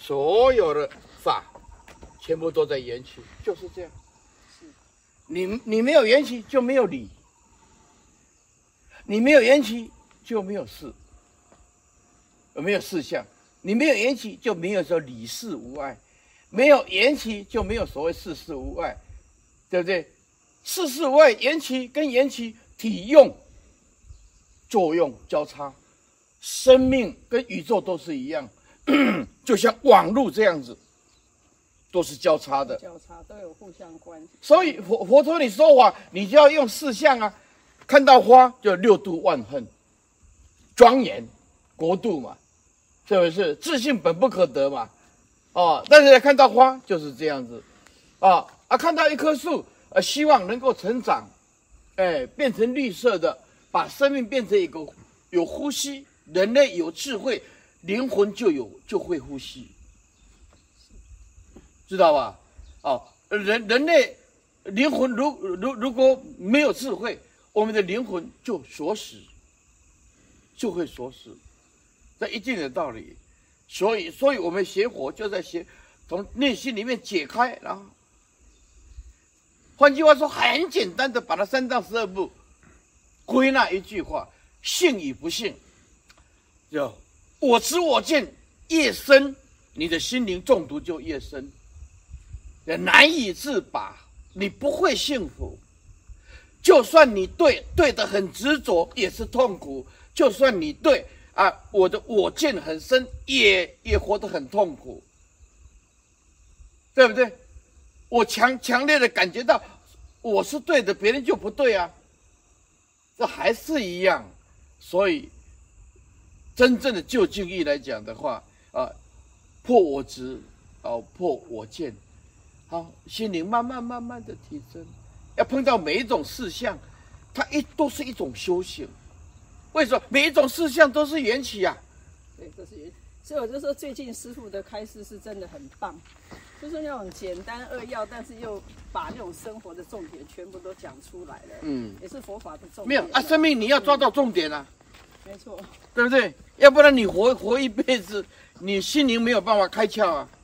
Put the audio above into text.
所有的法全部都在缘起，就是这样。你没有缘起就没有理，你没有缘起就没有事，没有事相。你没有缘起就没有说理事无碍，没有缘起就没有所谓事事无碍，对不对？事事无碍，缘起跟缘起体用作用交叉，生命跟宇宙都是一样，就像网路这样子，都是交叉的， 交叉都有互相关系。 所以佛陀你说法，你就要用四相啊，看到花就六度万恨，庄严国度嘛，是不是？自信本不可得嘛，哦，但是看到花就是这样子，看到一棵树，希望能够成长，变成绿色的，把生命变成一个有呼吸，人类有智慧，灵魂就会呼吸，知道吧？人类灵魂如果没有智慧，我们的灵魂就锁死，就会锁死，这一定的道理。所以我们学佛就在从内心里面解开，然后换句话说，很简单的把它3到12部归纳一句话：信与不信，就我执我见越深，你的心灵中毒就越深，难以自拔，你不会幸福。就算你对得很执着，也是痛苦；就算你对我的我见很深，也活得很痛苦，对不对？我强烈的感觉到我是对的，别人就不对啊，这还是一样。所以真正的就近义来讲的话，破我执，破我见，心灵慢慢的提升。要碰到每一种事项，它都是一种修行。为什么每一种事项都是缘起啊？ 对，都是缘起。所以我就说，最近师父的开示是真的很棒，就是那种简单扼要，但是又把那种生活的重点全部都讲出来了。也是佛法的重点。 没有生命你要抓到重点啊。 没错。 对不对？要不然你活一辈子，你心灵没有办法开窍啊。